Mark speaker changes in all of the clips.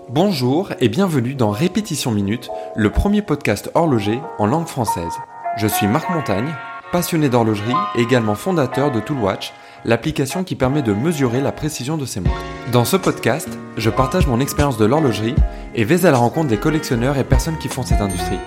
Speaker 1: Bonjour et bienvenue dans Répétition Minute, le premier podcast horloger en langue française. Je suis Marc Montagne, passionné d'horlogerie et également fondateur de Toolwatch, l'application qui permet de mesurer la précision de ses montres. Dans ce podcast, je partage mon expérience de l'horlogerie et vais à la rencontre des collectionneurs et personnes qui font cette industrie.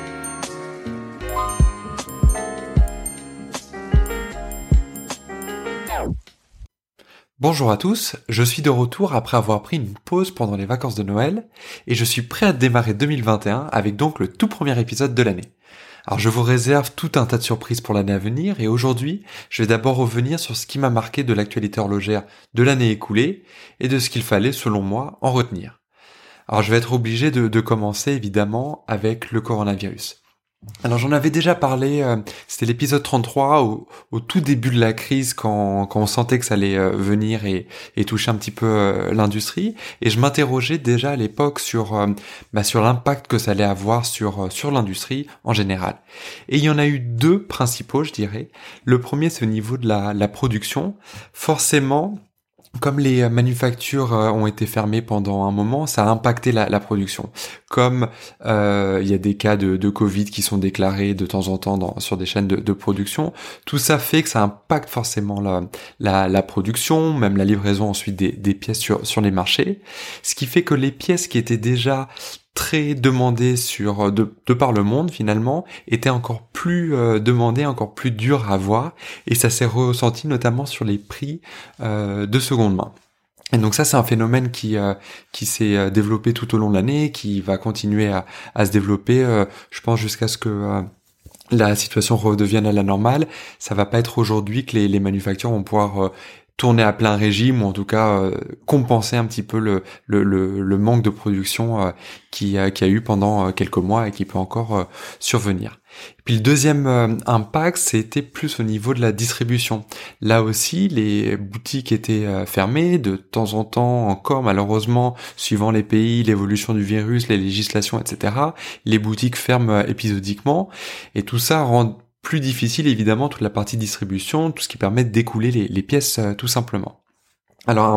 Speaker 1: Bonjour à tous, je suis de retour après avoir pris une pause pendant les vacances de Noël et je suis prêt à démarrer 2021 avec donc le tout premier épisode de l'année. Alors je vous réserve tout un tas de surprises pour l'année à venir et aujourd'hui je vais d'abord revenir sur ce qui m'a marqué de l'actualité horlogère de l'année écoulée et de ce qu'il fallait selon moi en retenir. Alors je vais être obligé de commencer évidemment avec le coronavirus. Alors j'en avais déjà parlé, c'était l'épisode 33 au tout début de la crise quand on sentait que ça allait venir et toucher un petit peu l'industrie et je m'interrogeais déjà à l'époque sur l'impact que ça allait avoir sur l'industrie en général. Et il y en a eu deux principaux, je dirais. Le premier c'est au niveau de la production. Forcément, comme les manufactures ont été fermées pendant un moment, ça a impacté la production. Comme il y a des cas de Covid qui sont déclarés de temps en temps sur des chaînes de production, tout ça fait que ça impacte forcément la production, même la livraison ensuite des pièces sur les marchés. Ce qui fait que les pièces qui étaient déjà très demandées de par le monde finalement, étaient encore plus demandées, encore plus dures à avoir, et ça s'est ressenti notamment sur les prix de seconde main. Et donc ça c'est un phénomène qui s'est développé tout au long de l'année, qui va continuer à se développer, je pense jusqu'à ce que la situation redevienne à la normale. Ça va pas être aujourd'hui que les manufactures vont pouvoir tourner à plein régime ou en tout cas compenser un petit peu le manque de production qu'il y a eu pendant quelques mois et qui peut encore survenir. Et puis le deuxième impact, c'était plus au niveau de la distribution. Là aussi, les boutiques étaient fermées, de temps en temps encore malheureusement, suivant les pays, l'évolution du virus, les législations, etc. Les boutiques ferment épisodiquement et tout ça rend plus difficile évidemment toute la partie distribution, tout ce qui permet d'écouler les pièces tout simplement. Alors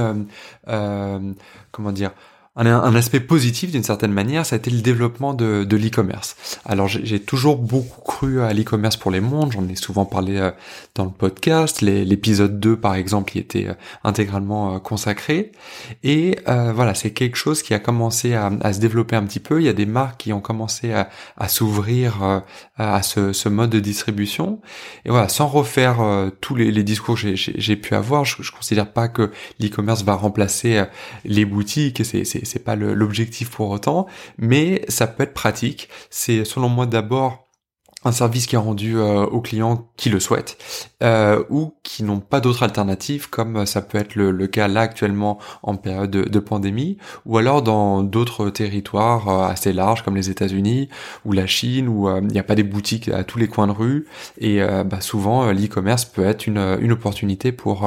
Speaker 1: un aspect positif d'une certaine manière, ça a été le développement de l'e-commerce. Alors j'ai toujours beaucoup cru à l'e-commerce pour les montres, j'en ai souvent parlé dans le podcast, l'épisode 2 par exemple y était intégralement consacré, et voilà, c'est quelque chose qui a commencé à se développer un petit peu. Il y a des marques qui ont commencé à s'ouvrir à ce mode de distribution, et voilà, sans refaire tous les discours que j'ai pu avoir, je considère pas que l'e-commerce va remplacer les boutiques, et c'est pas l'objectif pour autant, mais ça peut être pratique. C'est selon moi d'abord un service qui est rendu aux clients qui le souhaitent ou qui n'ont pas d'autre alternative, comme ça peut être le cas là actuellement en période de pandémie, ou alors dans d'autres territoires assez larges comme les États-Unis ou la Chine où il n'y a pas des boutiques à tous les coins de rue et souvent l'e-commerce peut être une opportunité pour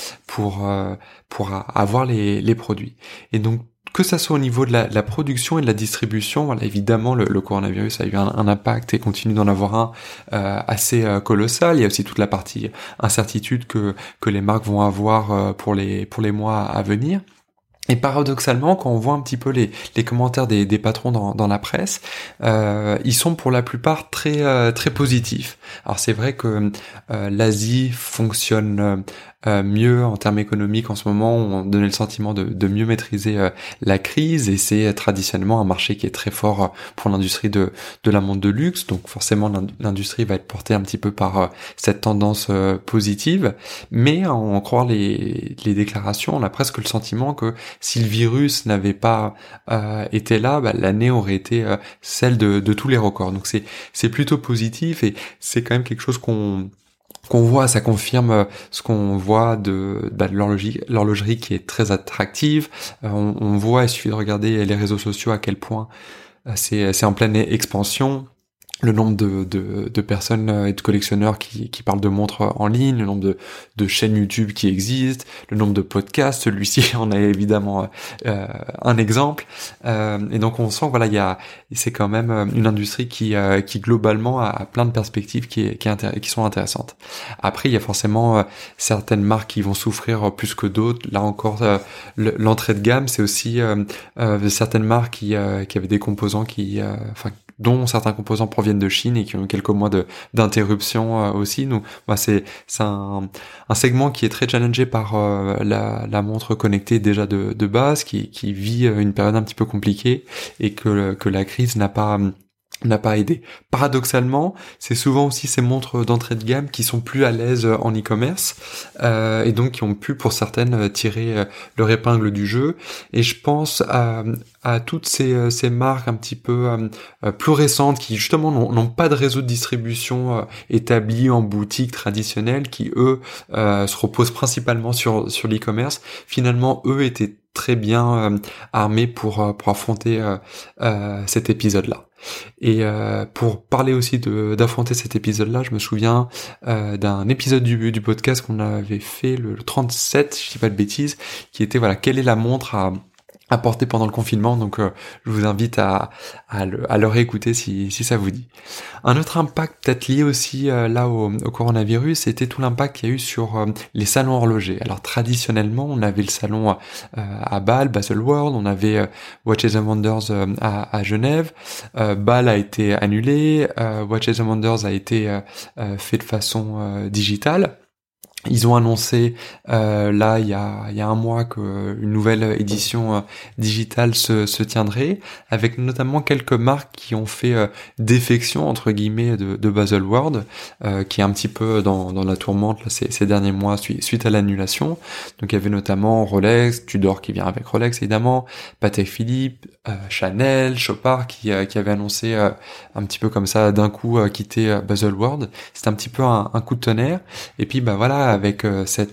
Speaker 1: avoir les produits. Et donc que ça soit au niveau de la production et de la distribution, voilà, évidemment le coronavirus a eu un impact et continue d'en avoir un assez colossal. Il y a aussi toute la partie incertitude que les marques vont avoir pour les mois à venir. Et paradoxalement, quand on voit un petit peu les commentaires des patrons dans la presse, ils sont pour la plupart très positifs. Alors c'est vrai que l'Asie fonctionne mieux en termes économiques en ce moment, on donnait le sentiment de mieux maîtriser la crise, et c'est traditionnellement un marché qui est très fort pour l'industrie de la montre de luxe, donc forcément l'industrie va être portée un petit peu par cette tendance positive, mais à en croire les déclarations, on a presque le sentiment que si le virus n'avait pas été là, l'année aurait été celle de tous les records. Donc c'est plutôt positif, et c'est quand même quelque chose qu'on voit, ça confirme ce qu'on voit de l'horlogerie qui est très attractive. On voit, il suffit de regarder les réseaux sociaux à quel point c'est en pleine expansion. le nombre de personnes et de collectionneurs qui parlent de montres en ligne, le nombre de chaînes YouTube qui existent, le nombre de podcasts, celui-ci en est évidemment un exemple. Et donc on sent que voilà, c'est quand même une industrie qui globalement a plein de perspectives qui sont intéressantes. Après, il y a forcément certaines marques qui vont souffrir plus que d'autres. Là encore, l'entrée de gamme, c'est aussi certaines marques qui avaient des composants dont certains composants proviennent de Chine et qui ont quelques mois d'interruption aussi. Donc, c'est un segment qui est très challengé par la montre connectée déjà de base, qui vit une période un petit peu compliquée et que la crise n'a pas aidé. Paradoxalement, c'est souvent aussi ces montres d'entrée de gamme qui sont plus à l'aise en e-commerce et donc qui ont pu pour certaines tirer leur épingle du jeu. Et je pense à toutes ces marques un petit peu plus récentes qui justement n'ont pas de réseau de distribution établi en boutique traditionnelle, qui eux se reposent principalement sur l'e-commerce. Finalement, eux étaient très bien armés pour affronter cet épisode-là. Et pour parler aussi d'affronter cet épisode-là, je me souviens d'un épisode du podcast qu'on avait fait le 37, si je dis pas de bêtises, qui était voilà, quelle est la montre à porter pendant le confinement. Donc je vous invite à le réécouter si ça vous dit. Un autre impact peut-être lié aussi là au coronavirus, c'était tout l'impact qu'il y a eu sur les salons horlogers. Alors traditionnellement, on avait le salon à Bâle, Baselworld, on avait Watches and Wonders à Genève. Bâle a été annulé, Watches and Wonders a été fait de façon digitale. Ils ont annoncé là il y a un mois que une nouvelle édition digitale se tiendrait, avec notamment quelques marques qui ont fait défection entre guillemets de Baselworld, qui est un petit peu dans la tourmente là, ces derniers mois suite à l'annulation. Donc il y avait notamment Rolex, Tudor qui vient avec Rolex évidemment, Patek Philippe, Chanel, Chopard qui avait annoncé un petit peu comme ça d'un coup quitter Baselworld. C'était un petit peu un coup de tonnerre. Et puis bah voilà, avec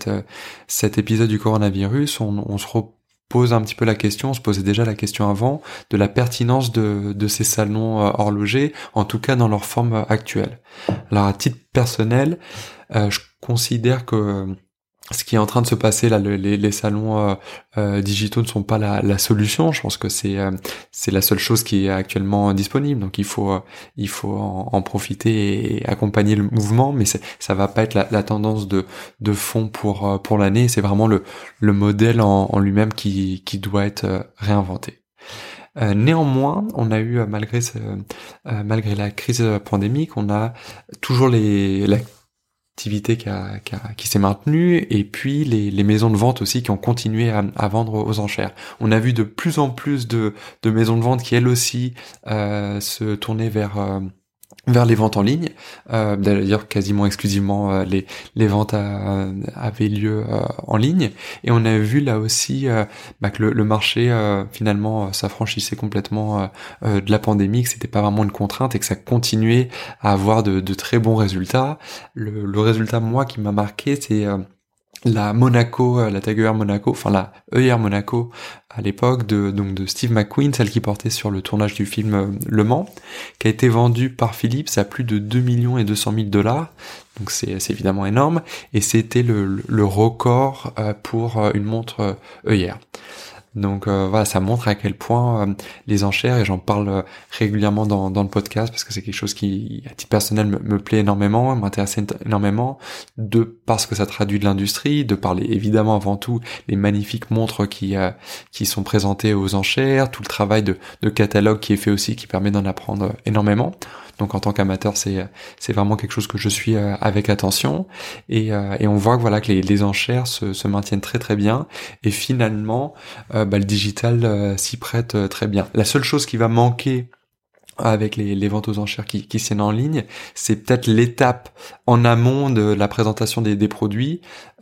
Speaker 1: cet épisode du coronavirus, on se repose un petit peu la question, on se posait déjà la question avant, de la pertinence de ces salons horlogers, en tout cas dans leur forme actuelle. Alors à titre personnel, je considère que ce qui est en train de se passer là, les salons digitaux ne sont pas la solution. Je pense que c'est la seule chose qui est actuellement disponible. Donc il faut en profiter et accompagner le mouvement, mais ça va pas être la tendance de fond pour l'année. C'est vraiment le modèle en lui-même qui doit être réinventé. Néanmoins, on a eu malgré la crise pandémique, on a toujours l'activité qui s'est maintenue, et puis les maisons de vente aussi qui ont continué à vendre aux enchères. On a vu de plus en plus de maisons de vente qui elles aussi se tournaient vers les ventes en ligne. D'ailleurs, quasiment exclusivement les ventes avaient lieu en ligne. Et on a vu là aussi que le marché finalement s'affranchissait complètement de la pandémie, que c'était pas vraiment une contrainte et que ça continuait à avoir de très bons résultats. Le résultat, moi, qui m'a marqué, c'est la Tag Heuer Monaco, enfin la Heuer Monaco à l'époque de Steve McQueen, celle qui portait sur le tournage du film Le Mans, qui a été vendue par Philips à plus de 2,2 millions $. Donc c'est évidemment énorme, et c'était le record pour une montre Heuer. Donc voilà, ça montre à quel point les enchères, et j'en parle régulièrement dans le podcast parce que c'est quelque chose qui, à titre personnel, me plaît énormément, m'intéresse énormément, parce que ça traduit de l'industrie, de parler évidemment avant tout les magnifiques montres qui sont présentées aux enchères, tout le travail de catalogue qui est fait aussi, qui permet d'en apprendre énormément. Donc en tant qu'amateur, c'est vraiment quelque chose que je suis avec attention, et on voit que voilà que les enchères se maintiennent très très bien, et finalement le digital s'y prête très bien. La seule chose qui va manquer avec les ventes aux enchères qui se tiennent en ligne, c'est peut-être l'étape en amont de la présentation des produits,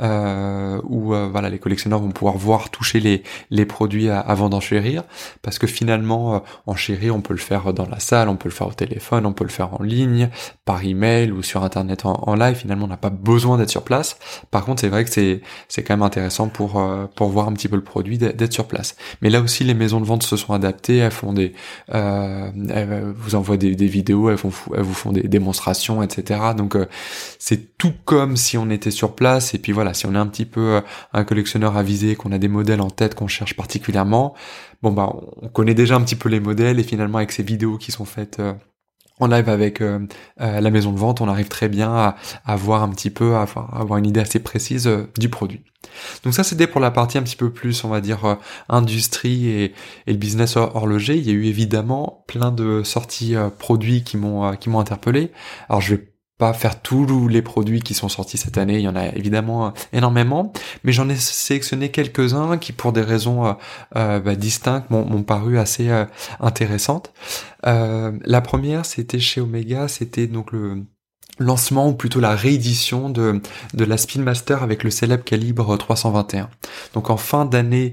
Speaker 1: où voilà, les collectionneurs vont pouvoir toucher les produits avant d'enchérir, parce que finalement enchérir, on peut le faire dans la salle, on peut le faire au téléphone, on peut le faire en ligne, par email ou sur internet en live. Finalement, on n'a pas besoin d'être sur place. Par contre, c'est vrai que c'est quand même intéressant pour voir un petit peu le produit, d'être sur place. Mais là aussi, les maisons de vente se sont adaptées, elles font vous envoient des vidéos, elles vous font des démonstrations, etc. Donc c'est tout comme si on était sur place. Et puis voilà, si on est un petit peu un collectionneur avisé, qu'on a des modèles en tête qu'on cherche particulièrement, bon bah on connaît déjà un petit peu les modèles, et finalement avec ces vidéos qui sont faites en live avec la maison de vente, on arrive très bien à voir un petit peu, à avoir une idée assez précise du produit. Donc ça, c'était pour la partie un petit peu plus, on va dire, industrie et le business horloger. Il y a eu évidemment plein de sorties produits qui m'ont interpellé. Alors je vais pas faire tous les produits qui sont sortis cette année, il y en a évidemment énormément, mais j'en ai sélectionné quelques-uns qui, pour des raisons distinctes, m'ont paru assez intéressantes. La première, c'était chez Omega, c'était donc le lancement, ou plutôt la réédition de la Spin Master avec le célèbre calibre 321. Donc en fin d'année,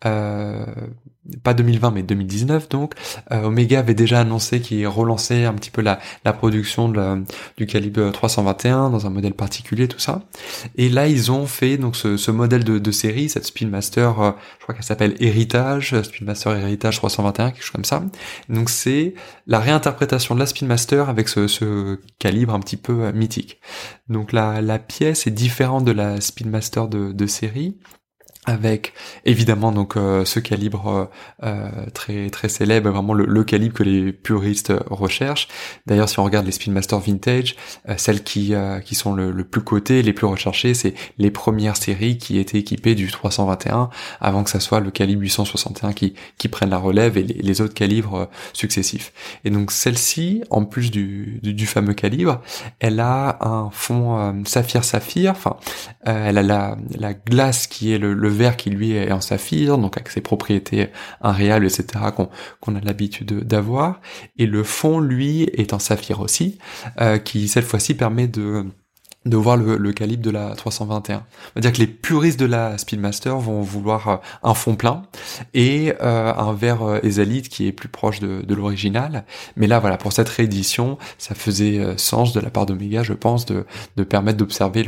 Speaker 1: pas 2020 mais 2019 donc, Omega avait déjà annoncé qu'il relançait un petit peu la production du calibre 321 dans un modèle particulier, tout ça. Et là ils ont fait donc ce modèle de série, cette Spin Master, je crois qu'elle s'appelle Héritage, Spin Master Héritage 321, quelque chose comme ça. Donc c'est la réinterprétation de la Spin Master avec ce calibre un petit peu mythique. Donc la pièce est différente de la Spin Master de série, avec évidemment donc ce calibre très très célèbre, vraiment le calibre que les puristes recherchent. D'ailleurs, si on regarde les Spin Master Vintage, celles qui sont le plus cotées, les plus recherchées, c'est les premières séries qui étaient équipées du 321, avant que ça soit le calibre 861 qui prenne la relève, et les autres calibres successifs. Et donc celle-ci, en plus du fameux calibre, elle a un fond saphir-saphir, enfin elle a la glace qui est le verre qui lui est en saphir, donc avec ses propriétés invariables, etc. qu'on a l'habitude d'avoir, et le fond lui est en saphir aussi, qui cette fois-ci permet de voir le calibre de la 321. On va dire que les puristes de la Speedmaster vont vouloir un fond plein et un verre Ezalite qui est plus proche de l'original. Mais là, voilà, pour cette réédition, ça faisait sens de la part d'Omega, je pense, de permettre d'observer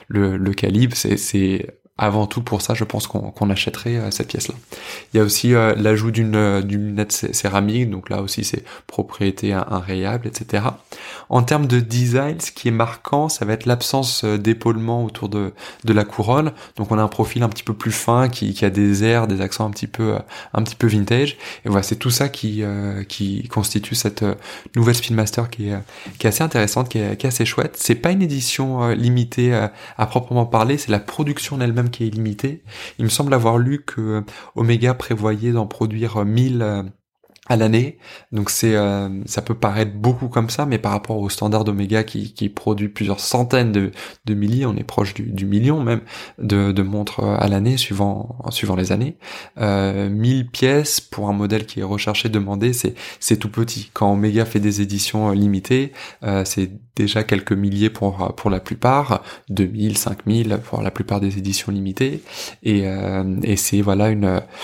Speaker 1: le calibre. C'est avant tout pour ça, je pense qu'on achèterait cette pièce-là. Il y a aussi l'ajout d'une lunette céramique, donc là aussi c'est propriété invariable, etc. En termes de design, ce qui est marquant, ça va être l'absence d'épaulement autour de la couronne. Donc on a un profil un petit peu plus fin, qui a des airs, des accents un petit peu vintage. Et voilà, c'est tout ça qui constitue cette nouvelle Speedmaster qui est assez intéressante, qui est assez chouette. C'est pas une édition limitée à proprement parler, c'est la production en elle-même qui est limitée. Il me semble avoir lu que Omega prévoyait d'en produire 1000 à l'année, donc ça peut paraître beaucoup comme ça, mais par rapport au standard d'Omega qui produit plusieurs centaines de milliers, on est proche du million même de montres à l'année suivant les années. 1000 pièces pour un modèle qui est recherché, demandé, c'est tout petit. Quand Omega fait des éditions limitées, c'est déjà quelques milliers pour la plupart, 2000, 5000 pour la plupart des éditions limitées, et c'est voilà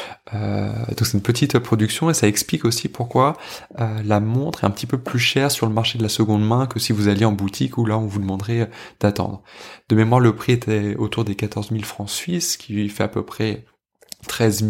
Speaker 1: donc c'est une petite production, et ça explique aussi pourquoi la montre est un petit peu plus chère sur le marché de la seconde main que si vous alliez en boutique, où là on vous demanderait d'attendre. De mémoire, le prix était autour des 14 000 francs suisses, qui fait à peu près 13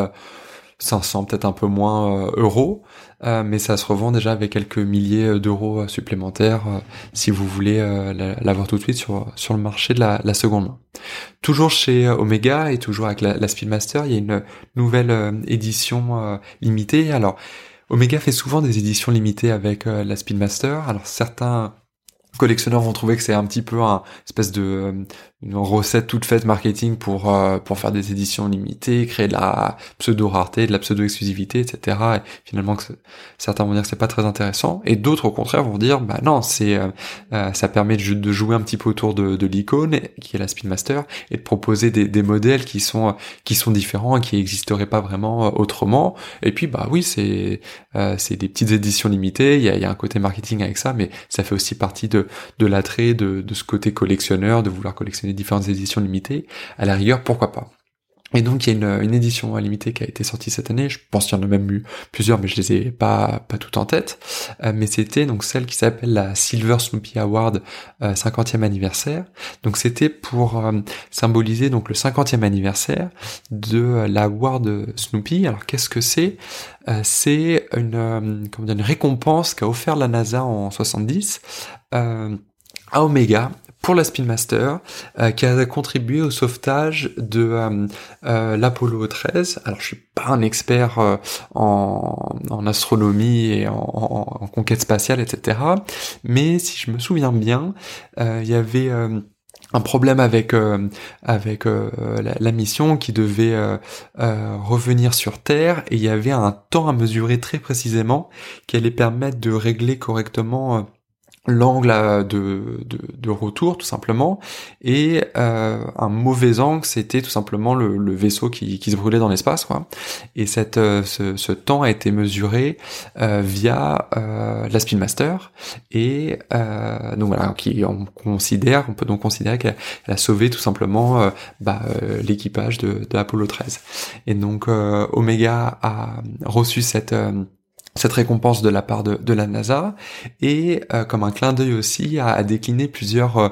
Speaker 1: 500, peut-être un peu moins euros, mais ça se revend déjà avec quelques milliers d'euros supplémentaires si vous voulez l'avoir tout de suite sur le marché de la seconde main. Toujours chez Omega et toujours avec la Speedmaster, il y a une nouvelle édition limitée. Alors Omega fait souvent des éditions limitées avec la Speedmaster. Alors certains collectionneurs vont trouver que c'est un petit peu une espèce de une recette toute faite marketing pour faire des éditions limitées, créer de la pseudo-rareté, de la pseudo-exclusivité, etc. Et finalement, certains vont dire que c'est pas très intéressant, et d'autres au contraire vont dire bah non, ça permet de jouer un petit peu autour de l'icône qui est la Speedmaster, et de proposer des modèles qui sont différents et qui n'existeraient pas vraiment autrement. Et puis bah oui, c'est des petites éditions limitées, il y a un côté marketing avec ça, mais ça fait aussi partie de l'attrait de ce côté collectionneur, de vouloir collectionner différentes éditions limitées. À la rigueur, pourquoi pas. Et donc il y a une édition limitée qui a été sortie cette année, je pense qu'il y en a même eu plusieurs, mais je les ai pas toutes en tête, mais c'était donc celle qui s'appelle la Silver Snoopy Award 50e anniversaire. Donc c'était pour symboliser donc le 50e anniversaire de l'Award Snoopy. Alors qu'est-ce que c'est une récompense qu'a offert la NASA en 70 à Omega pour la Spin Master, qui a contribué au sauvetage de l'Apollo 13. Alors je suis pas un expert en astronomie et en conquête spatiale, etc. Mais si je me souviens bien, il y avait un problème avec la mission qui devait revenir sur Terre, et il y avait un temps à mesurer très précisément qui allait permettre de régler correctement l'angle de retour, tout simplement, et un mauvais angle, c'était tout simplement le vaisseau qui se brûlait dans l'espace, quoi. Et ce temps a été mesuré via la Spin Master, et donc voilà, on peut donc considérer qu'elle a sauvé tout simplement l'équipage de Apollo 13. Et donc Omega a reçu cette récompense de la part de la NASA, et comme un clin d'œil aussi a décliné plusieurs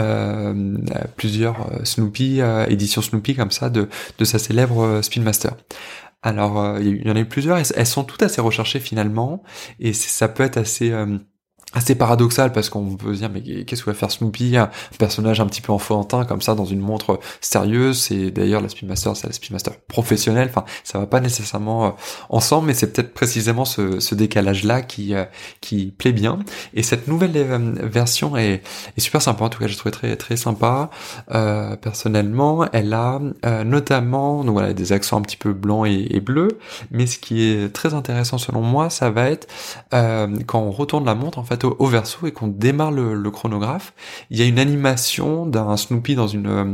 Speaker 1: Snoopy, éditions Snoopy comme ça de sa célèbre Spin Master. Alors il y en a eu plusieurs, et elles sont toutes assez recherchées finalement, et ça peut être assez paradoxal, parce qu'on peut se dire mais qu'est-ce que va faire Snoopy, un personnage un petit peu enfantin comme ça dans une montre sérieuse. C'est d'ailleurs la Spin Master, c'est la Spin Master professionnelle, enfin ça va pas nécessairement ensemble, mais c'est peut-être précisément ce décalage là qui plaît bien. Et cette nouvelle version est super sympa, en tout cas j'ai trouvé très très sympa. Personnellement, elle a notamment donc voilà des accents un petit peu blancs et bleus, mais ce qui est très intéressant selon moi, ça va être quand on retourne la montre en fait au verso et qu'on démarre le chronographe, il y a une animation d'un Snoopy dans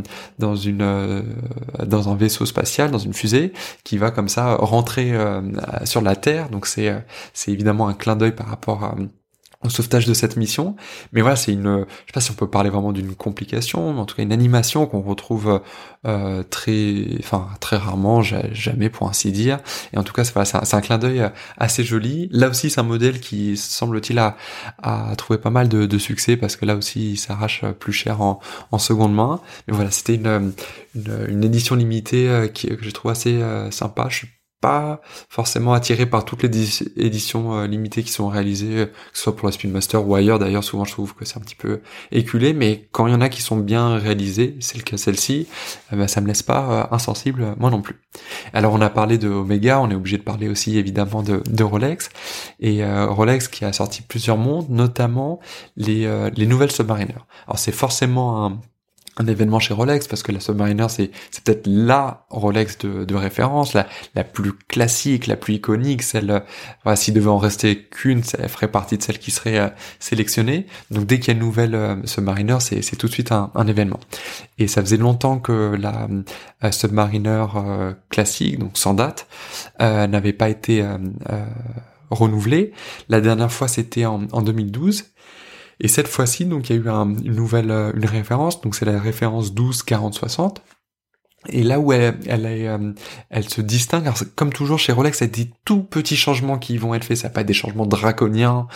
Speaker 1: un vaisseau spatial, dans une fusée, qui va comme ça rentrer sur la Terre. Donc c'est évidemment un clin d'œil par rapport au sauvetage de cette mission. Mais voilà, je sais pas si on peut parler vraiment d'une complication, mais en tout cas une animation qu'on retrouve très rarement, jamais pour ainsi dire. Et en tout cas, c'est un clin d'œil assez joli. Là aussi, c'est un modèle qui, semble-t-il, a trouvé pas mal de succès, parce que là aussi, il s'arrache plus cher en seconde main. Mais voilà, c'était une édition limitée que j'ai trouvé assez sympa. Je suis pas forcément attiré par toutes les éditions limitées qui sont réalisées, que ce soit pour la Spin Master ou ailleurs. D'ailleurs, souvent je trouve que c'est un petit peu éculé, mais quand il y en a qui sont bien réalisées, c'est le cas celle-ci, ça me laisse pas insensible, moi non plus. Alors on a parlé de Omega, on est obligé de parler aussi évidemment de Rolex, et Rolex qui a sorti plusieurs montres, notamment les nouvelles Submariner. Alors c'est forcément un événement chez Rolex, parce que la Submariner c'est peut-être la Rolex de référence, la plus classique, la plus iconique, celle, voilà, s'il devait en rester qu'une, elle ferait partie de celle qui serait sélectionnée. Donc dès qu'il y a une nouvelle Submariner, c'est tout de suite un événement. Et ça faisait longtemps que la Submariner classique, donc sans date, n'avait pas été renouvelée. La dernière fois c'était en 2012. Et cette fois-ci, donc, il y a eu une référence, donc c'est la référence 12-40-60. Et là où elle se distingue, alors comme toujours chez Rolex, il y a des tout petits changements qui vont être faits, ça va pas être des changements draconiens.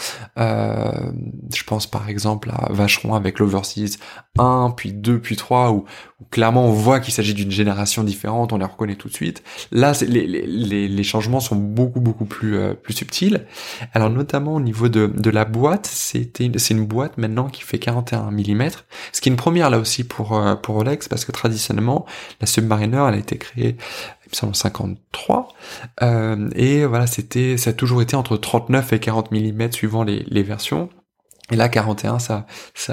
Speaker 1: Je pense par exemple à Vacheron avec l'Overseas 1, puis 2, puis 3, où clairement on voit qu'il s'agit d'une génération différente, on les reconnaît tout de suite. Là, les changements sont beaucoup plus subtils. Alors notamment au niveau de la boîte, c'est une boîte maintenant qui fait 41 mm, ce qui est une première là aussi pour Rolex, parce que traditionnellement la Submariner, elle a été créée, il me semble, en 53, et voilà, ça a toujours été entre 39 et 40 mm suivant les versions. Et là, 41, ça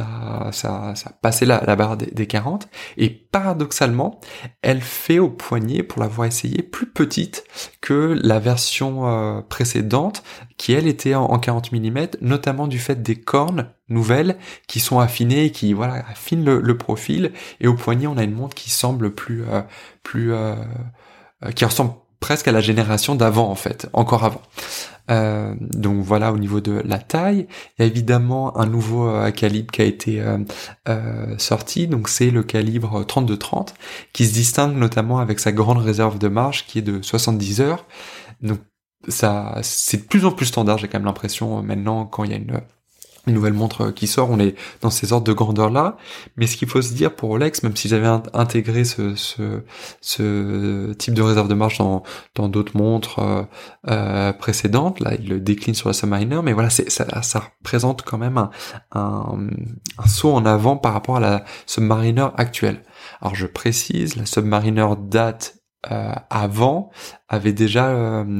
Speaker 1: passait la barre des 40. Et paradoxalement, elle fait au poignet, pour l'avoir essayé, plus petite que la version précédente, qui elle était en 40 mm, notamment du fait des cornes nouvelles qui sont affinées et qui affinent le profil. Et au poignet, on a une montre qui semble qui ressemble presque à la génération d'avant, en fait, encore avant. Donc voilà, au niveau de la taille, il y a évidemment un nouveau calibre qui a été sorti, donc c'est le calibre 32-30, qui se distingue notamment avec sa grande réserve de marge qui est de 70 heures. Donc ça, c'est de plus en plus standard, j'ai quand même l'impression maintenant, quand il y a une nouvelle montre qui sort, on est dans ces ordres de grandeur là. Mais ce qu'il faut se dire pour Rolex, même s'ils avaient intégré ce type de réserve de marche dans d'autres montres précédentes, là ils le déclinent sur la Submariner, mais voilà, ça représente quand même un saut en avant par rapport à la Submariner actuelle. Alors je précise, la Submariner date avant avait déjà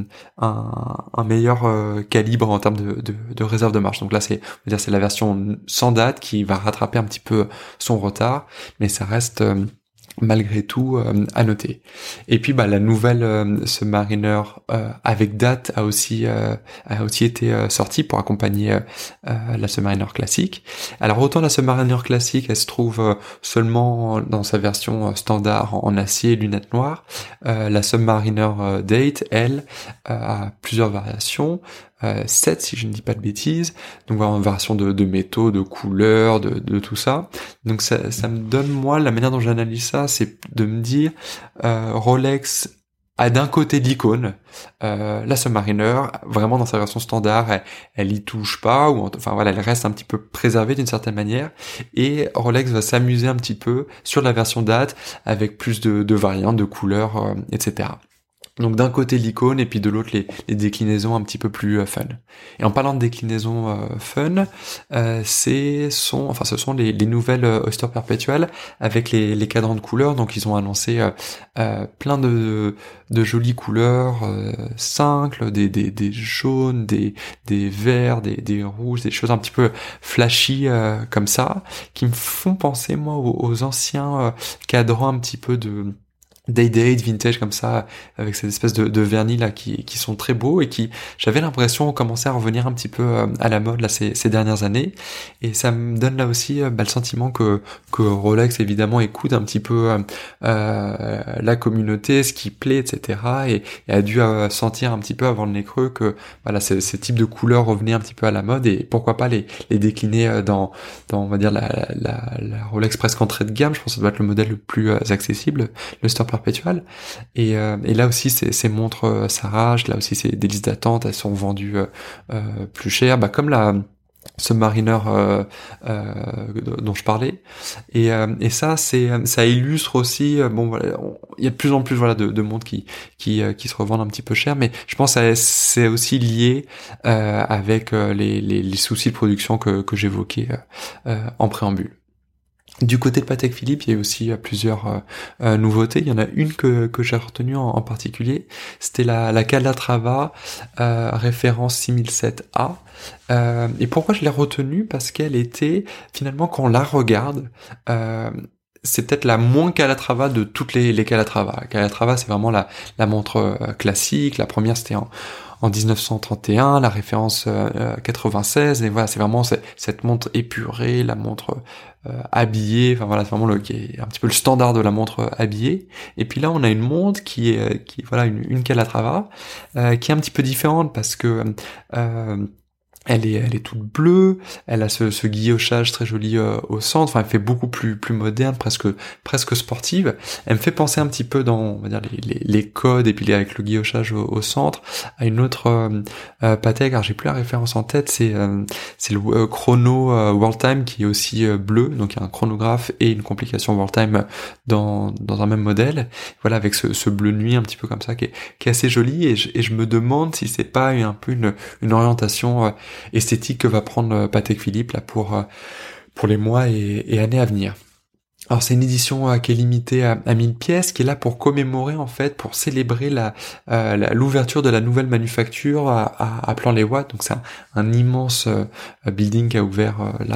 Speaker 1: un meilleur calibre en termes de réserve de marche. Donc là c'est la version sans date qui va rattraper un petit peu son retard, mais ça reste malgré tout à noter. Et puis la nouvelle Submariner avec date a aussi été sortie pour accompagner la Submariner classique. Alors autant la Submariner classique, elle se trouve seulement dans sa version standard en acier et lunettes noires. La Submariner Date, elle, a plusieurs variations. 7 si je ne dis pas de bêtises, donc voilà, une variation de métaux, de couleurs, de tout ça. Donc ça me donne, moi, la manière dont j'analyse ça, c'est de me dire Rolex a d'un côté l'icône, la Submariner, vraiment dans sa version standard, elle y touche pas, enfin voilà, elle reste un petit peu préservée d'une certaine manière, et Rolex va s'amuser un petit peu sur la version date, avec plus de variantes, de couleurs, etc. Donc d'un côté l'icône et puis de l'autre les déclinaisons un petit peu plus fun. Et en parlant de déclinaisons fun, ce sont les nouvelles Oyster Perpetual avec les cadrans de couleurs. Donc ils ont annoncé plein de jolies couleurs simples, des jaunes, des verts, des rouges, des choses un petit peu flashy comme ça, qui me font penser moi aux anciens cadrans un petit peu de Day-Date, vintage comme ça, avec ces espèces de vernis là qui sont très beaux et qui, j'avais l'impression, commençaient à revenir un petit peu à la mode là ces dernières années. Et ça me donne là aussi le sentiment que Rolex évidemment écoute un petit peu la communauté, ce qui plaît, etc. Et a dû sentir un petit peu avant le nez creux que voilà ces types de couleurs revenaient un petit peu à la mode et pourquoi pas les décliner dans on va dire la Rolex presque entrée de gamme. Je pense que ça doit être le modèle le plus accessible, le Store Perpetual. Et là aussi ces montres s'arrachent, là aussi c'est des listes d'attente, elles sont vendues plus cher, comme la Submariner dont je parlais. Et ça illustre aussi il y a de plus en plus de montres qui se revendent un petit peu cher, mais je pense que c'est aussi lié avec les soucis de production que j'évoquais en préambule. Du côté de Patek Philippe, il y a aussi plusieurs nouveautés. Il y en a une que j'ai retenue en particulier. C'était la Calatrava référence 6007A. Et pourquoi je l'ai retenue? Parce qu'elle était, finalement, quand on la regarde, c'est peut-être la moins Calatrava de toutes les Calatrava. Calatrava, c'est vraiment la montre classique. La première, c'était en 1931, la référence 96, et voilà, c'est vraiment cette montre épurée, la montre habillée, enfin voilà, c'est vraiment qui est un petit peu le standard de la montre habillée. Et puis là, on a une montre qui est voilà une Calatrava qui est un petit peu différente parce que elle est toute bleue, elle a ce guillochage très joli au centre, enfin elle fait beaucoup plus moderne, presque sportive. Elle me fait penser un petit peu dans, on va dire, les codes et puis avec le guillochage au centre, à une autre Patek, alors j'ai plus la référence en tête, c'est le chrono World Time qui est aussi bleu, donc il y a un chronographe et une complication World Time dans un même modèle. Voilà, avec ce bleu nuit un petit peu comme ça qui est assez joli, et je me demande si c'est pas un peu une orientation esthétique que va prendre Patek Philippe là pour les mois et années à venir. Alors c'est une édition qui est limitée à 1000 pièces, qui est là pour commémorer en fait, pour célébrer l'ouverture de la nouvelle manufacture à Plan-les-Ouates. Donc c'est un immense building qui a ouvert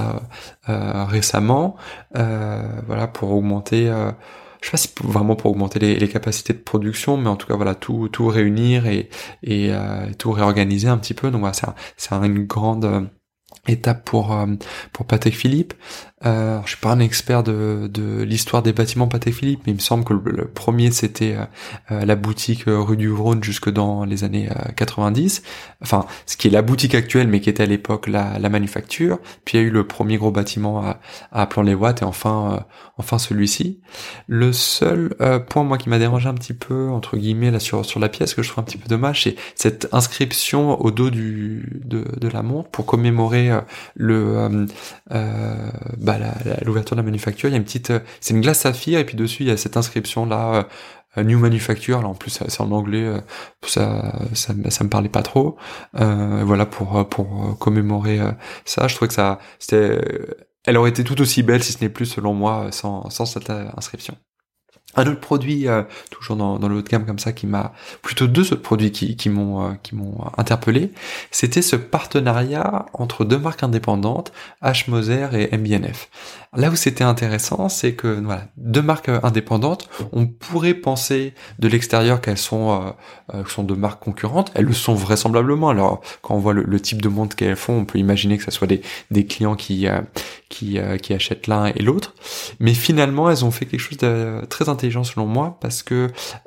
Speaker 1: récemment, voilà, pour augmenter je sais pas si vraiment pour augmenter les capacités de production, mais en tout cas voilà, tout réunir et tout réorganiser un petit peu. Donc voilà, c'est une grande étape pour Patek Philippe. Je suis pas un expert de l'histoire des bâtiments Patek Philippe, mais il me semble que le premier c'était la boutique rue du Rhône jusque dans les années 90. Enfin, ce qui est la boutique actuelle, mais qui était à l'époque la manufacture. Puis il y a eu le premier gros bâtiment à Plan-les-Ouates et enfin celui-ci. Le seul point moi qui m'a dérangé un petit peu entre guillemets là sur la pièce, que je trouve un petit peu dommage, c'est cette inscription au dos de la montre pour commémorer l'ouverture de la manufacture, il y a une petite, c'est une glace saphir et puis dessus il y a cette inscription là. New Manufacture, là en plus c'est en anglais, ça me parlait pas trop. Voilà pour commémorer ça, je trouvais que elle aurait été tout aussi belle si ce n'est plus selon moi sans cette inscription. Un autre produit, toujours dans le haut de gamme comme ça, plutôt deux autres produits qui m'ont interpellé, c'était ce partenariat entre deux marques indépendantes, H. Moser et MB&F. Là où c'était intéressant, c'est que voilà, deux marques indépendantes, on pourrait penser de l'extérieur qu'elles sont deux marques concurrentes. Elles le sont vraisemblablement. Alors quand on voit le type de montre qu'elles font, on peut imaginer que ce soit des clients qui achètent l'un et l'autre. Mais finalement, elles ont fait quelque chose de très intelligent selon moi, parce que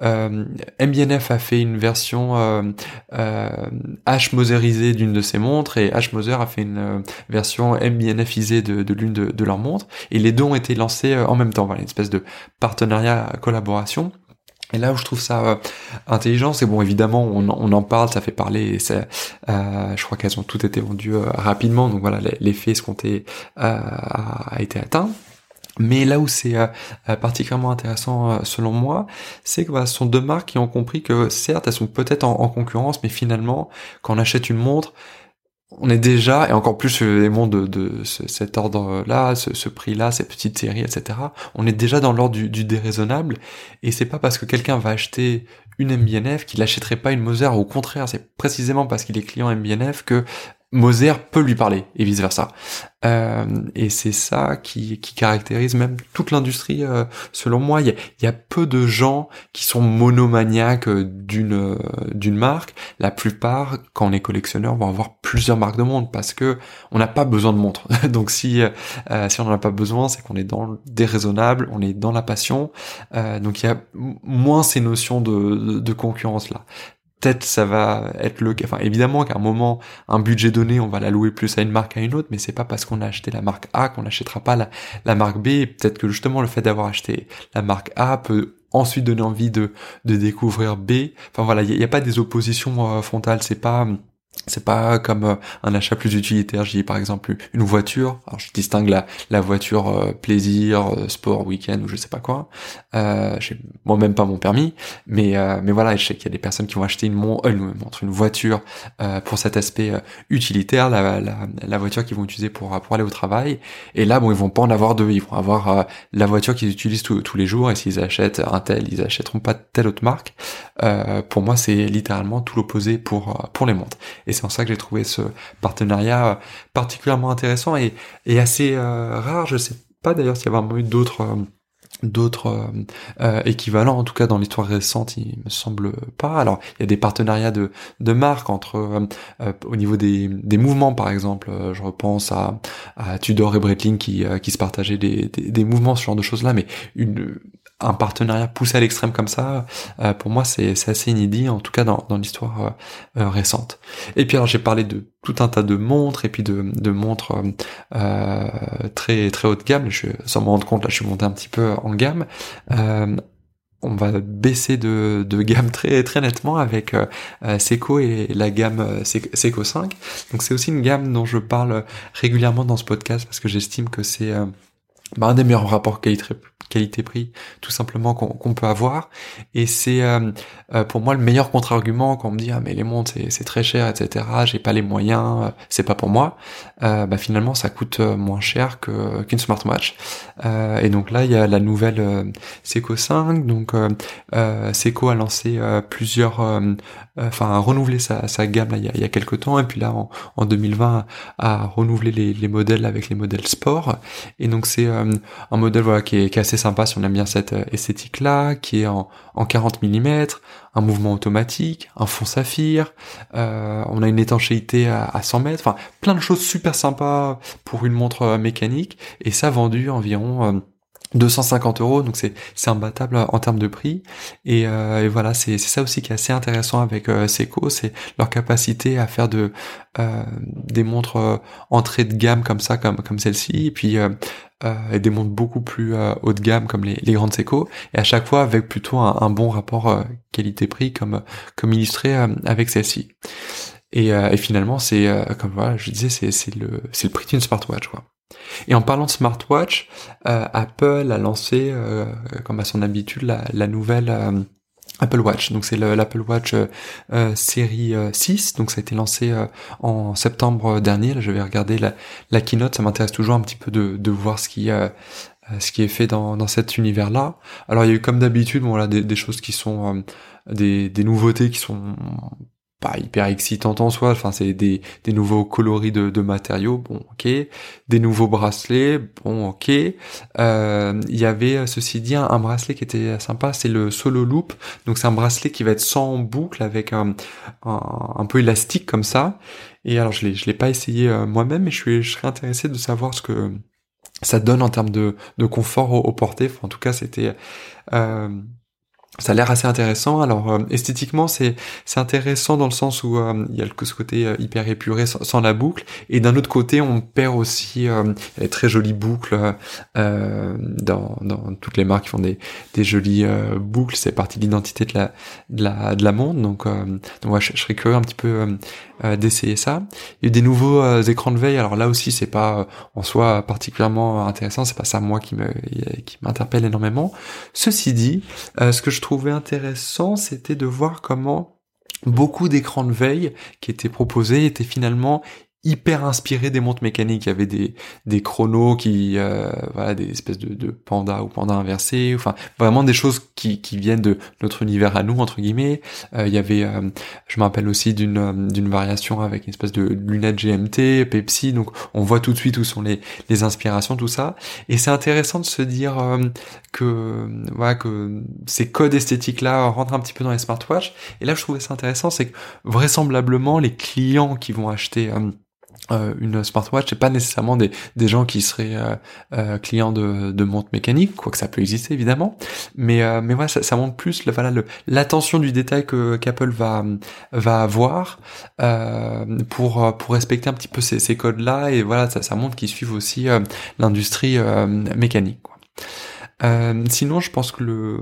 Speaker 1: MB&F a fait une version H Moserisée d'une de ses montres, et H Moser a fait une version MB&Fisée de l'une de leurs montres, et les deux ont été lancés en même temps. Voilà, une espèce de partenariat, collaboration. Et là où je trouve ça intelligent, c'est bon, évidemment, on en parle, ça fait parler, et je crois qu'elles ont toutes été vendues rapidement, donc voilà, l'effet escompté a été atteint. Mais là où c'est particulièrement intéressant selon moi, c'est que ce sont deux marques qui ont compris que certes, elles sont peut-être en concurrence, mais finalement, quand on achète une montre, on est déjà, et encore plus les montres de cet ordre-là, ce prix-là, ces petites séries, etc., on est déjà dans l'ordre du déraisonnable, et c'est pas parce que quelqu'un va acheter une MB&F qu'il n'achèterait pas une Moser. Au contraire, c'est précisément parce qu'il est client MB&F que Moser peut lui parler, et vice versa. Et c'est ça qui caractérise même toute l'industrie, selon moi. Il y a peu de gens qui sont monomaniaques d'une marque. La plupart, quand on est collectionneur, vont avoir plusieurs marques de montres, parce que on n'a pas besoin de montres. Donc si on n'en a pas besoin, c'est qu'on est dans le déraisonnable, on est dans la passion. Donc il y a moins ces notions de concurrence là. Peut-être ça va être évidemment qu'à un moment, un budget donné, on va l'allouer plus à une marque qu'à une autre, mais c'est pas parce qu'on a acheté la marque A qu'on n'achètera pas la marque B. Et peut-être que justement le fait d'avoir acheté la marque A peut ensuite donner envie de découvrir B. Enfin voilà, il y a pas des oppositions frontales, c'est pas comme un achat plus utilitaire. J'ai par exemple une voiture. Alors je distingue la voiture plaisir, sport, week-end ou je sais pas quoi. J'ai moi-même pas mon permis, mais voilà, je sais qu'il y a des personnes qui vont acheter une voiture pour cet aspect utilitaire, la voiture qu'ils vont utiliser pour aller au travail. Et là, bon, ils vont pas en avoir deux. Ils vont avoir la voiture qu'ils utilisent tous les jours. Et s'ils achètent ils achèteront pas telle autre marque. Pour moi, c'est littéralement tout l'opposé pour les montres. Et c'est en ça que j'ai trouvé ce partenariat particulièrement intéressant et assez rare. Je sais pas d'ailleurs s'il y a vraiment eu d'autres équivalents, en tout cas dans l'histoire récente, il me semble pas. Alors il y a des partenariats de marques entre au niveau des mouvements, par exemple, je repense à Tudor et Breitling qui se partageaient des mouvements, ce genre de choses là, mais un partenariat poussé à l'extrême comme ça, pour moi c'est assez inédit, en tout cas dans l'histoire récente. Et puis alors j'ai parlé de tout un tas de montres, et puis de montres très très haut de gamme. Sans me rendre compte, là je suis monté un petit peu en gamme. On va baisser de gamme très très nettement avec Seiko et la gamme Seiko 5. Donc c'est aussi une gamme dont je parle régulièrement dans ce podcast, parce que j'estime que c'est un des meilleurs rapports qualité-prix tout simplement qu'on peut avoir, et c'est pour moi le meilleur contre-argument quand on me dit mais les montres c'est très cher, etc., j'ai pas les moyens, c'est pas pour moi. Finalement ça coûte moins cher qu'une smartwatch, et donc là il y a la nouvelle Seiko 5. Donc Seiko a lancé a renouvelé sa gamme là, il y a quelques temps, et puis là en 2020 a renouvelé les modèles avec les modèles sport. Et donc c'est un modèle qui est assez sympa si on aime bien cette esthétique là, qui est en 40 mm, un mouvement automatique, un fond saphir, on a une étanchéité à 100 mètres, enfin plein de choses super sympas pour une montre mécanique, et ça vendu environ 250 €, donc c'est imbattable en termes de prix. Et voilà, c'est ça aussi qui est assez intéressant avec Seiko, c'est leur capacité à faire des montres entrée de gamme comme ça, comme celle-ci, et puis et des montres beaucoup plus haut de gamme comme les grandes Seiko, et à chaque fois avec plutôt un bon rapport qualité-prix comme illustré avec celle-ci. Et finalement, c'est comme voilà, je disais, c'est le prix d'une smartwatch, quoi. Et en parlant de smartwatch, Apple a lancé, comme à son habitude, la nouvelle Apple Watch. Donc c'est l'Apple Watch série 6. Donc ça a été lancé en septembre dernier. Là, je vais regarder la keynote. Ça m'intéresse toujours un petit peu de voir ce qui est fait dans cet univers-là. Alors il y a eu comme d'habitude, bon là, des choses qui sont des nouveautés qui sont pas hyper excitantes en soi. Enfin, c'est des nouveaux coloris de matériaux, bon, ok. Des nouveaux bracelets, bon, ok. Il y avait, ceci dit, un bracelet qui était sympa, c'est le Solo Loop. Donc c'est un bracelet qui va être sans boucle, avec un peu élastique comme ça. Et alors je l'ai pas essayé moi-même, mais je serais intéressé de savoir ce que ça donne en termes de confort au porté. Enfin, en tout cas, c'était ça a l'air assez intéressant. Alors esthétiquement, c'est intéressant dans le sens où il y a ce côté hyper épuré sans la boucle, et d'un autre côté, on perd aussi les très jolies boucles dans toutes les marques qui font des jolies boucles. C'est partie de l'identité de la montre. Donc ouais, je serais curieux un petit peu d'essayer ça. Il y a eu des nouveaux écrans de veille. Alors là aussi, c'est pas en soi particulièrement intéressant. C'est pas ça moi qui m'interpelle énormément. Ceci dit, ce que je trouvais intéressant, c'était de voir comment beaucoup d'écrans de veille qui étaient proposés étaient finalement hyper inspirés des montres mécaniques. Il y avait des chronos qui voilà, des espèces de pandas ou pandas inversés, enfin vraiment des choses qui viennent de notre univers à nous, entre guillemets. Il y avait je me rappelle aussi d'une variation avec une espèce de lunette GMT, Pepsi. Donc on voit tout de suite où sont les inspirations, tout ça. Et c'est intéressant de se dire que voilà, que ces codes esthétiques là rentrent un petit peu dans les smartwatches. Et là je trouvais ça intéressant, c'est que vraisemblablement les clients qui vont acheter une smartwatch, c'est pas nécessairement des gens qui seraient clients de montres mécaniques, quoique ça peut exister évidemment, mais voilà, ça montre plus l'attention du détail qu'Apple va avoir pour respecter un petit peu ces codes là, et voilà, ça montre qu'ils suivent aussi l'industrie mécanique, quoi. Sinon, je pense que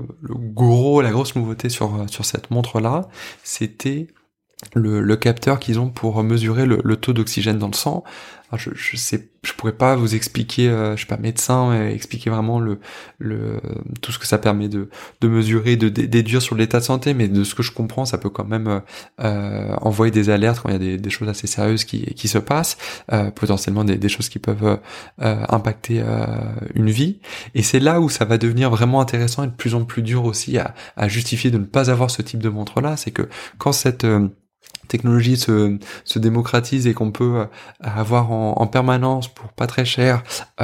Speaker 1: la grosse nouveauté sur cette montre là, c'était le capteur qu'ils ont pour mesurer le taux d'oxygène dans le sang. Alors je pourrais pas vous expliquer, je suis pas médecin, expliquer vraiment tout ce que ça permet de mesurer, de déduire sur l'état de santé, mais de ce que je comprends, ça peut quand même envoyer des alertes quand il y a des choses assez sérieuses qui se passent, potentiellement des choses qui peuvent impacter une vie. Et c'est là où ça va devenir vraiment intéressant et de plus en plus dur aussi à justifier de ne pas avoir ce type de montre-là. C'est que quand cette technologie se démocratise et qu'on peut avoir en permanence pour pas très cher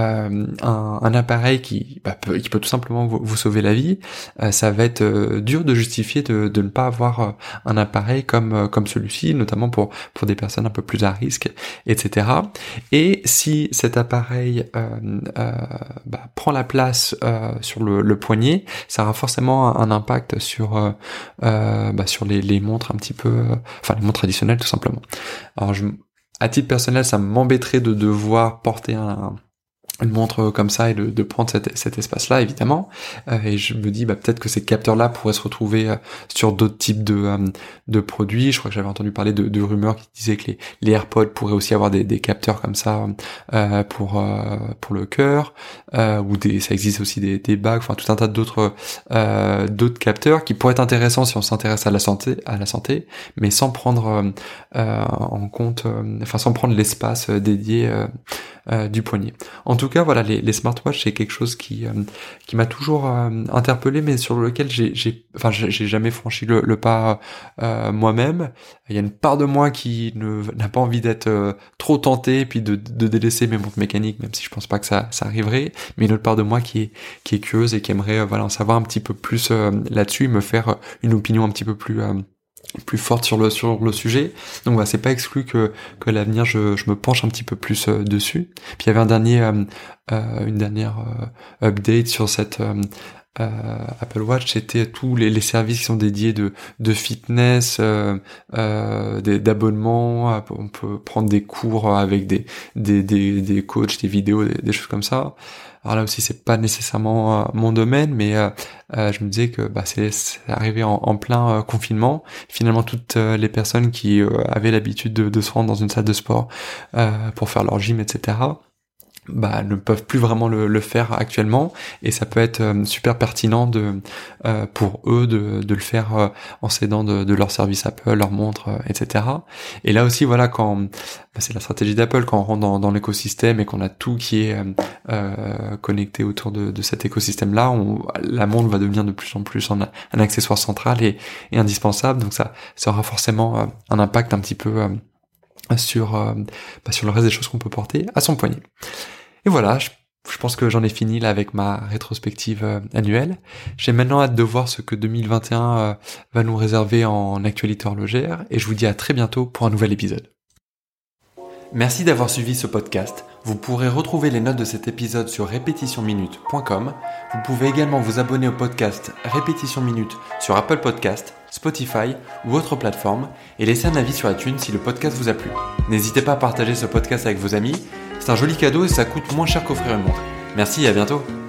Speaker 1: un appareil qui peut tout simplement vous sauver la vie, ça va être dur de justifier de ne pas avoir un appareil comme celui-ci, notamment pour des personnes un peu plus à risque, etc. Et si cet appareil prend la place sur le poignet, ça aura forcément un impact sur les montres un petit peu, enfin les montres traditionnelles tout simplement. Alors à titre personnel, ça m'embêterait de devoir porter une montre comme ça et de prendre cet espace-là, évidemment. Et je me dis, peut-être que ces capteurs-là pourraient se retrouver sur d'autres types de produits. Je crois que j'avais entendu parler de rumeurs qui disaient que les AirPods pourraient aussi avoir des capteurs comme ça pour le cœur, ou ça existe aussi des bagues, enfin tout un tas d'autres capteurs qui pourraient être intéressants si on s'intéresse à la santé, mais sans prendre en compte, sans prendre l'espace dédié du poignet. En tout cas, voilà, les smartwatches, c'est quelque chose qui m'a toujours interpellé, mais sur lequel j'ai jamais franchi le pas moi-même. Il y a une part de moi qui n'a pas envie d'être trop tenté, puis de délaisser mes montres mécaniques, même si je pense pas que ça arriverait, mais une autre part de moi qui est curieuse et qui aimerait en savoir un petit peu plus là-dessus, me faire une opinion un petit peu plus forte sur le sujet. Donc voilà, c'est pas exclu que l'avenir je me penche un petit peu plus dessus. Puis il y avait une dernière update sur cette Apple Watch, c'était tous les services qui sont dédiés de fitness, d'abonnement. On peut prendre des cours avec des coachs, des vidéos, des choses comme ça. Alors là aussi, c'est pas nécessairement mon domaine, mais je me disais que c'est arrivé en plein confinement. Finalement, toutes les personnes qui avaient l'habitude de se rendre dans une salle de sport pour faire leur gym, etc., ne peuvent plus vraiment le faire actuellement, et ça peut être super pertinent pour eux de le faire en s'aidant de leur service Apple, leur montre, etc. Et là aussi, voilà, quand c'est la stratégie d'Apple, quand on rentre dans l'écosystème et qu'on a tout qui est connecté autour de cet écosystème-là, la montre va devenir de plus en plus un accessoire central et indispensable. Donc ça aura forcément un impact un petit peu sur le reste des choses qu'on peut porter à son poignet. Et voilà, je pense que j'en ai fini là avec ma rétrospective annuelle. J'ai maintenant hâte de voir ce que 2021 va nous réserver en actualité horlogère, et je vous dis à très bientôt pour un nouvel épisode. Merci d'avoir suivi ce podcast. Vous pourrez retrouver les notes de cet épisode sur répétitionminute.com. Vous pouvez également vous abonner au podcast Répétition Minute sur Apple Podcast, Spotify ou autre plateforme, et laisser un avis sur iTunes si le podcast vous a plu. N'hésitez pas à partager ce podcast avec vos amis. C'est un joli cadeau et ça coûte moins cher qu'offrir une montre. Merci et à bientôt.